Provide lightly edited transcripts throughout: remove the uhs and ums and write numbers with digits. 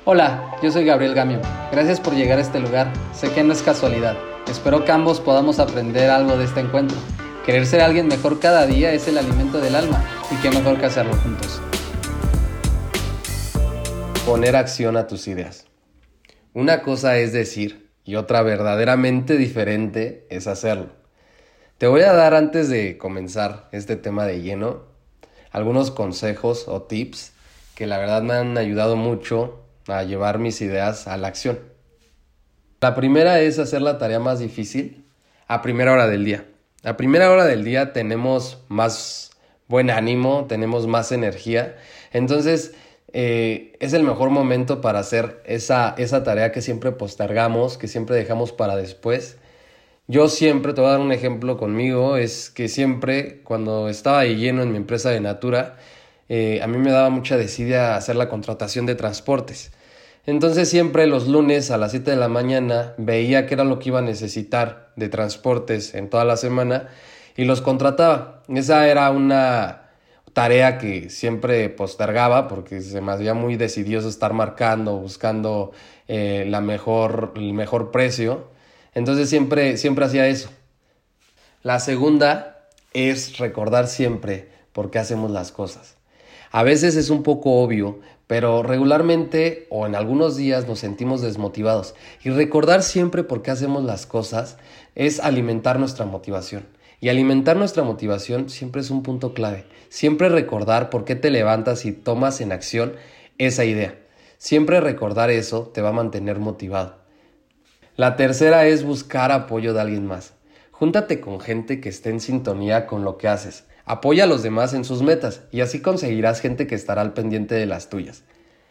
Hola, yo soy Gabriel Gamio. Gracias por llegar a este lugar. Sé que no es casualidad. Espero que ambos podamos aprender algo de este encuentro. Querer ser alguien mejor cada día es el alimento del alma, y qué mejor que hacerlo juntos. Poner acción a tus ideas. Una cosa es decir y otra verdaderamente diferente es hacerlo. Te voy a dar, antes de comenzar este tema de lleno, algunos consejos o tips que la verdad me han ayudado mucho a llevar mis ideas a la acción. La primera es hacer la tarea más difícil a primera hora del día. A primera hora del día tenemos más buen ánimo, tenemos más energía, entonces es el mejor momento para hacer esa tarea que siempre postergamos, que siempre dejamos para después. Yo siempre, te voy a dar un ejemplo conmigo, es que siempre cuando estaba de lleno en mi empresa de Natura, a mí me daba mucha desidia hacer la contratación de transportes. Entonces siempre los lunes a las 7 de la mañana veía qué era lo que iba a necesitar de transportes en toda la semana y los contrataba. Esa era una tarea que siempre postergaba porque se me hacía muy decidioso estar marcando, buscando el mejor precio. Entonces siempre hacía eso. La segunda es recordar siempre por qué hacemos las cosas. A veces es un poco obvio, pero regularmente o en algunos días nos sentimos desmotivados. Y recordar siempre por qué hacemos las cosas es alimentar nuestra motivación. Y alimentar nuestra motivación siempre es un punto clave. Siempre recordar por qué te levantas y tomas en acción esa idea. Siempre recordar eso te va a mantener motivado. La tercera es buscar apoyo de alguien más. Júntate con gente que esté en sintonía con lo que haces. Apoya a los demás en sus metas y así conseguirás gente que estará al pendiente de las tuyas.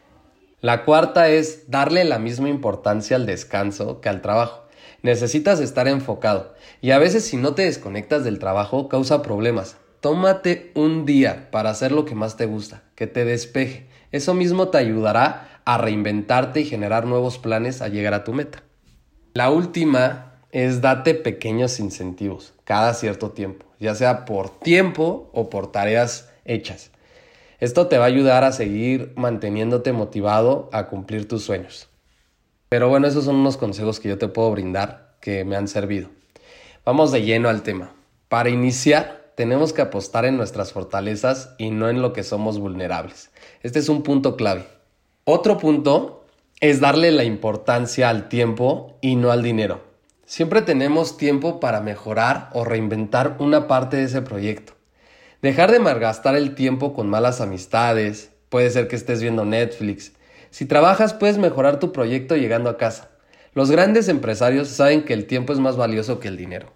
La cuarta es darle la misma importancia al descanso que al trabajo. Necesitas estar enfocado y a veces si no te desconectas del trabajo causa problemas. Tómate un día para hacer lo que más te gusta, que te despeje. Eso mismo te ayudará a reinventarte y generar nuevos planes a llegar a tu meta. La última es date pequeños incentivos cada cierto tiempo, ya sea por tiempo o por tareas hechas. Esto te va a ayudar a seguir manteniéndote motivado a cumplir tus sueños. Pero bueno, esos son unos consejos que yo te puedo brindar que me han servido. Vamos de lleno al tema. Para iniciar, tenemos que apostar en nuestras fortalezas y no en lo que somos vulnerables. Este es un punto clave. Otro punto es darle la importancia al tiempo y no al dinero. Siempre tenemos tiempo para mejorar o reinventar una parte de ese proyecto. Dejar de malgastar el tiempo con malas amistades, puede ser que estés viendo Netflix. Si trabajas puedes mejorar tu proyecto llegando a casa. Los grandes empresarios saben que el tiempo es más valioso que el dinero.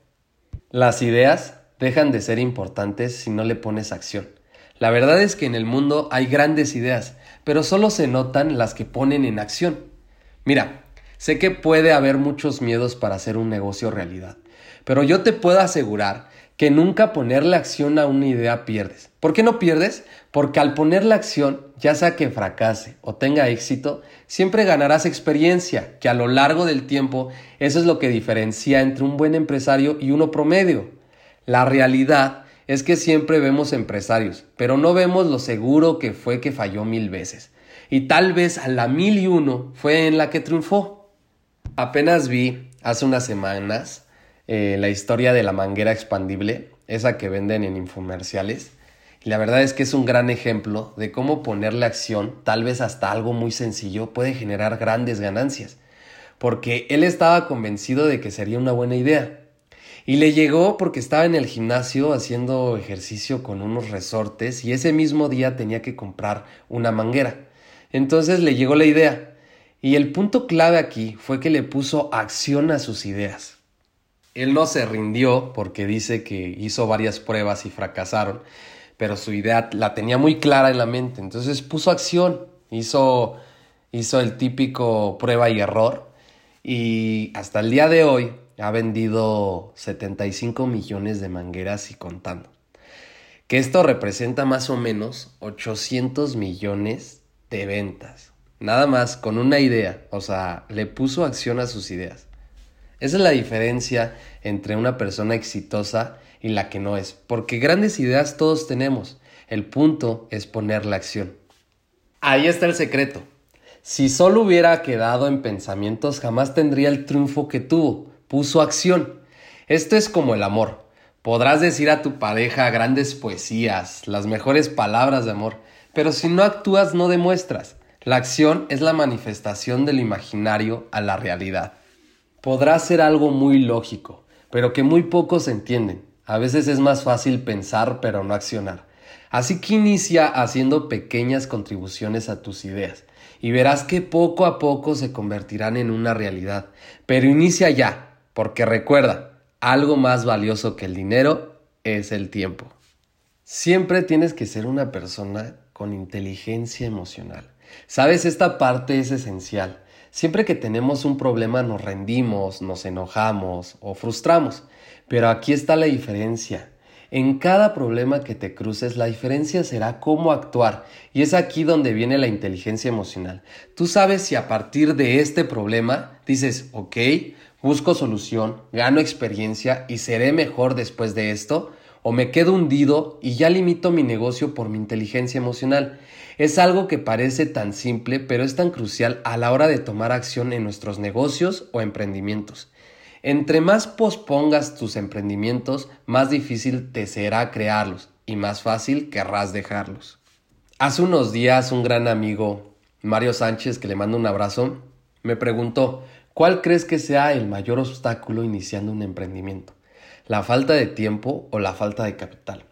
Las ideas dejan de ser importantes si no le pones acción. La verdad es que en el mundo hay grandes ideas, pero solo se notan las que ponen en acción. Mira, sé que puede haber muchos miedos para hacer un negocio realidad, pero yo te puedo asegurar que nunca ponerle acción a una idea pierdes. ¿Por qué no pierdes? Porque al ponerle acción, ya sea que fracase o tenga éxito, siempre ganarás experiencia, que a lo largo del tiempo eso es lo que diferencia entre un buen empresario y uno promedio. La realidad es que siempre vemos empresarios, pero no vemos lo seguro que fue que falló 1000 veces. Y tal vez a la 1001 fue en la que triunfó. Apenas vi hace unas semanas la historia de la manguera expandible, esa que venden en infomerciales. Y la verdad es que es un gran ejemplo de cómo ponerle acción, tal vez hasta algo muy sencillo, puede generar grandes ganancias. Porque él estaba convencido de que sería una buena idea. Y le llegó porque estaba en el gimnasio haciendo ejercicio con unos resortes y ese mismo día tenía que comprar una manguera. Entonces le llegó la idea. Y el punto clave aquí fue que le puso acción a sus ideas. Él no se rindió porque dice que hizo varias pruebas y fracasaron, pero su idea la tenía muy clara en la mente. Entonces puso acción, hizo el típico prueba y error y hasta el día de hoy ha vendido 75 millones de mangueras y contando. Que esto representa más o menos 800 millones de ventas. Nada más con una idea, o sea, le puso acción a sus ideas. Esa es la diferencia entre una persona exitosa y la que no es. Porque grandes ideas todos tenemos. El punto es ponerle acción. Ahí está el secreto. Si solo hubiera quedado en pensamientos, jamás tendría el triunfo que tuvo. Puso acción. Esto es como el amor. Podrás decir a tu pareja grandes poesías, las mejores palabras de amor, pero si no actúas no demuestras. La acción es la manifestación del imaginario a la realidad. Podrá ser algo muy lógico, pero que muy pocos entienden. A veces es más fácil pensar pero no accionar. Así que inicia haciendo pequeñas contribuciones a tus ideas y verás que poco a poco se convertirán en una realidad. Pero inicia ya, porque recuerda, algo más valioso que el dinero es el tiempo. Siempre tienes que ser una persona con inteligencia emocional. ¿Sabes? Esta parte es esencial. Siempre que tenemos un problema nos rendimos, nos enojamos o frustramos. Pero aquí está la diferencia. En cada problema que te cruces, la diferencia será cómo actuar. Y es aquí donde viene la inteligencia emocional. Tú sabes si a partir de este problema dices, ok, busco solución, gano experiencia y seré mejor después de esto, o me quedo hundido y ya limito mi negocio por mi inteligencia emocional. Es algo que parece tan simple, pero es tan crucial a la hora de tomar acción en nuestros negocios o emprendimientos. Entre más pospongas tus emprendimientos, más difícil te será crearlos y más fácil querrás dejarlos. Hace unos días un gran amigo, Mario Sánchez, que le mando un abrazo, me preguntó, ¿cuál crees que sea el mayor obstáculo iniciando un emprendimiento? ¿La falta de tiempo o la falta de capital?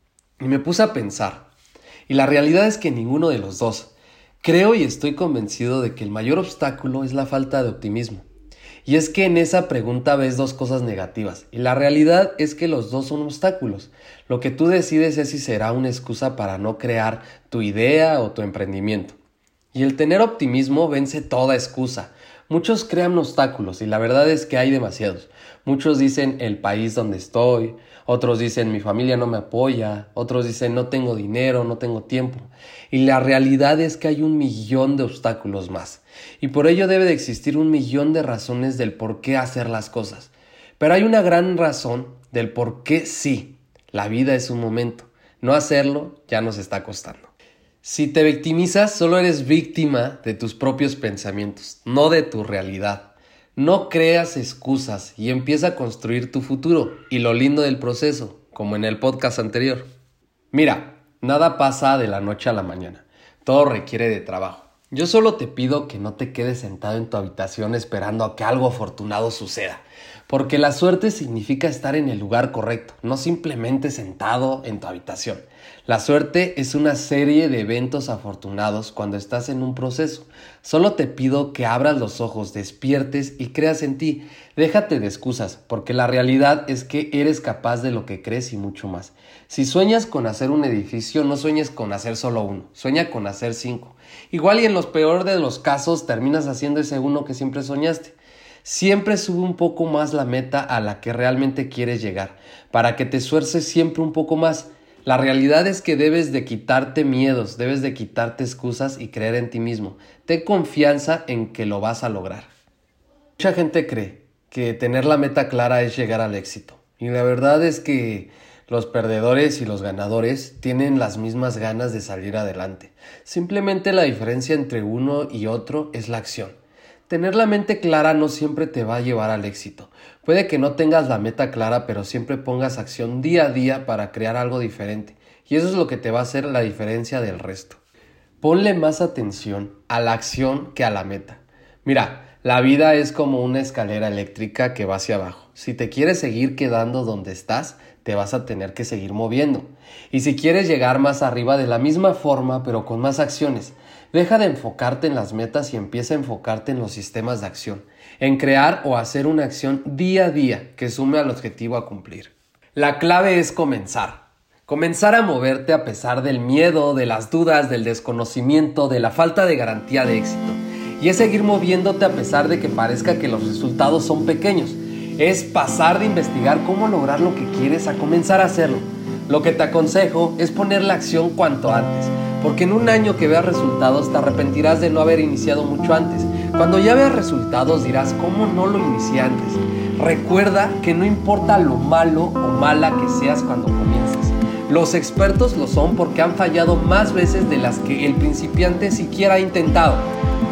Y me puse a pensar, y la realidad es que ninguno de los dos. Creo y estoy convencido de que el mayor obstáculo es la falta de optimismo. Y es que en esa pregunta ves dos cosas negativas, y la realidad es que los dos son obstáculos. Lo que tú decides es si será una excusa para no crear tu idea o tu emprendimiento. Y el tener optimismo vence toda excusa. Muchos crean obstáculos y la verdad es que hay demasiados. Muchos dicen el país donde estoy, otros dicen mi familia no me apoya, otros dicen no tengo dinero, no tengo tiempo. Y la realidad es que hay 1,000,000 de obstáculos más. Y por ello debe de existir 1,000,000 de razones del por qué hacer las cosas. Pero hay una gran razón del por qué sí. La vida es un momento. No hacerlo ya nos está costando. Si te victimizas, solo eres víctima de tus propios pensamientos, no de tu realidad. No creas excusas y empieza a construir tu futuro y lo lindo del proceso, como en el podcast anterior. Mira, nada pasa de la noche a la mañana. Todo requiere de trabajo. Yo solo te pido que no te quedes sentado en tu habitación esperando a que algo afortunado suceda. Porque la suerte significa estar en el lugar correcto, no simplemente sentado en tu habitación. La suerte es una serie de eventos afortunados cuando estás en un proceso. Solo te pido que abras los ojos, despiertes y creas en ti. Déjate de excusas, porque la realidad es que eres capaz de lo que crees y mucho más. Si sueñas con hacer un edificio, no sueñes con hacer solo uno, sueña con hacer 5. Igual y en los peores de los casos terminas haciendo ese uno que siempre soñaste. Siempre sube un poco más la meta a la que realmente quieres llegar, para que te esfuerces siempre un poco más. La realidad es que debes de quitarte miedos, debes de quitarte excusas y creer en ti mismo. Ten confianza en que lo vas a lograr. Mucha gente cree que tener la meta clara es llegar al éxito. Y la verdad es que los perdedores y los ganadores tienen las mismas ganas de salir adelante. Simplemente la diferencia entre uno y otro es la acción. Tener la mente clara no siempre te va a llevar al éxito. Puede que no tengas la meta clara, pero siempre pongas acción día a día para crear algo diferente. Y eso es lo que te va a hacer la diferencia del resto. Ponle más atención a la acción que a la meta. Mira, la vida es como una escalera eléctrica que va hacia abajo. Si te quieres seguir quedando donde estás, te vas a tener que seguir moviendo. Y si quieres llegar más arriba de la misma forma, pero con más acciones, deja de enfocarte en las metas y empieza a enfocarte en los sistemas de acción, en crear o hacer una acción día a día que sume al objetivo a cumplir. La clave es comenzar. Comenzar a moverte a pesar del miedo, de las dudas, del desconocimiento, de la falta de garantía de éxito. Y es seguir moviéndote a pesar de que parezca que los resultados son pequeños. Es pasar de investigar cómo lograr lo que quieres a comenzar a hacerlo. Lo que te aconsejo es poner la acción cuanto antes, porque en un año que veas resultados te arrepentirás de no haber iniciado mucho antes. Cuando ya veas resultados dirás, ¿cómo no lo inicié antes? Recuerda que no importa lo malo o mala que seas cuando comiences. Los expertos lo son porque han fallado más veces de las que el principiante siquiera ha intentado.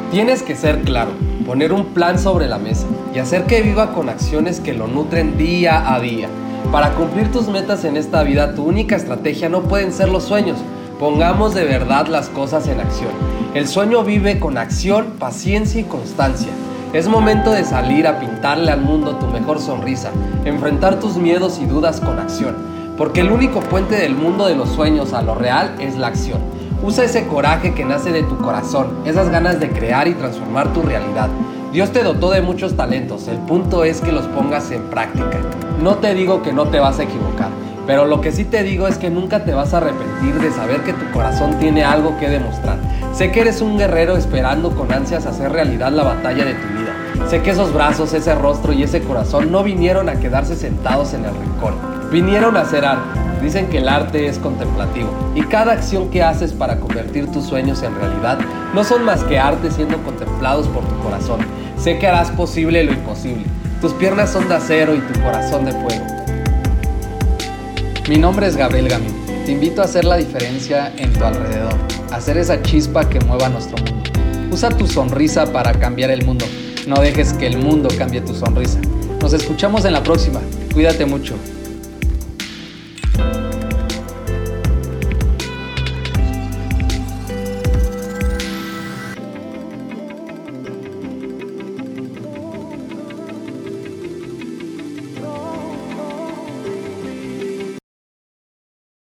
Tienes que ser claro, poner un plan sobre la mesa y hacer que viva con acciones que lo nutren día a día. Para cumplir tus metas en esta vida, tu única estrategia no pueden ser los sueños. Pongamos de verdad las cosas en acción. El sueño vive con acción, paciencia y constancia. Es momento de salir a pintarle al mundo tu mejor sonrisa, enfrentar tus miedos y dudas con acción, porque el único puente del mundo de los sueños a lo real es la acción. Usa ese coraje que nace de tu corazón, esas ganas de crear y transformar tu realidad. Dios te dotó de muchos talentos, el punto es que los pongas en práctica. No te digo que no te vas a equivocar, pero lo que sí te digo es que nunca te vas a arrepentir de saber que tu corazón tiene algo que demostrar. Sé que eres un guerrero esperando con ansias hacer realidad la batalla de tu vida. Sé que esos brazos, ese rostro y ese corazón no vinieron a quedarse sentados en el rincón. Vinieron a hacer arte. Dicen que el arte es contemplativo y cada acción que haces para convertir tus sueños en realidad no son más que arte siendo contemplados por tu corazón. Sé que harás posible lo imposible. Tus piernas son de acero y tu corazón de fuego. Mi nombre es Gabriel Gamín. Te invito a hacer la diferencia en tu alrededor, a hacer esa chispa que mueva nuestro mundo. Usa tu sonrisa para cambiar el mundo. No dejes que el mundo cambie tu sonrisa. Nos escuchamos en la próxima. Cuídate mucho.